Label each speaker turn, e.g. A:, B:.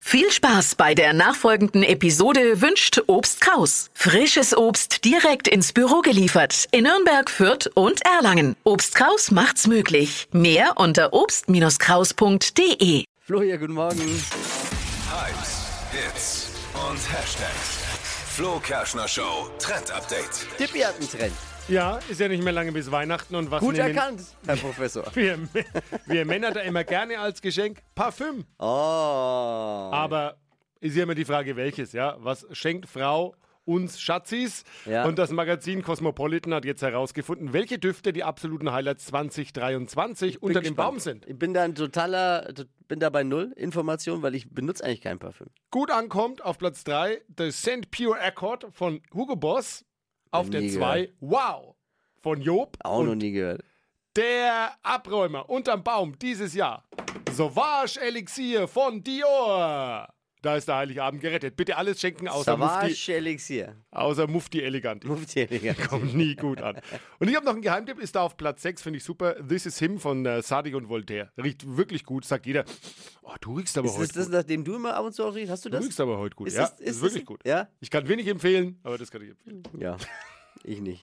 A: Viel Spaß bei der nachfolgenden Episode wünscht Obst Kraus. Frisches Obst direkt ins Büro geliefert in Nürnberg, Fürth und Erlangen. Obst Kraus macht's möglich. Mehr unter obst-kraus.de.
B: Flo hier, guten Morgen.
C: Hypes, Hits und Hashtags. Flo Kerschner Show Trend Update.
B: Tippi hat einen Trend.
D: Ja, ist ja nicht mehr lange bis Weihnachten. Und was
B: Gut
D: nehmen
B: erkannt, Herr Professor.
D: wir Männer da immer gerne als Geschenk? Parfüm.
B: Oh.
D: Aber ist ja immer die Frage, welches, ja? Was schenkt Frau uns Schatzis?
B: Ja.
D: Und das Magazin Cosmopolitan hat jetzt herausgefunden, welche Düfte die absoluten Highlights 2023 unter dem Baum sind.
B: Ich bin da bei null Informationen, weil ich benutze eigentlich kein Parfüm.
D: Gut ankommt auf Platz 3 The Scent Pure Accord von Hugo Boss. Auf der
B: Nie
D: 2 Wow von Job.
B: Auch
D: und
B: noch nie gehört.
D: der Abräumer unterm Baum dieses Jahr. Sauvage Elixier von Dior. Da ist der Heiligabend gerettet. Bitte alles schenken außer Mufti.
B: Savage Elixier.
D: Außer Mufti Elegant.
B: Mufti elegant.
D: Kommt nie gut an. Und ich habe noch einen Geheimtipp, ist da auf Platz 6, finde ich super. This is Him von Sadig und Voltaire. Riecht wirklich gut, sagt jeder. Oh, du riechst aber heute
B: Ist das,
D: gut.
B: nachdem du immer ab und zu auch riechst? Hast du
D: Du
B: das?
D: riechst aber heute gut.
B: Ist
D: Ja,
B: das-
D: ist
B: ist
D: wirklich
B: das-
D: gut.
B: ja?
D: Ich kann wenig empfehlen, aber das kann ich empfehlen.
B: Ja, ich nicht.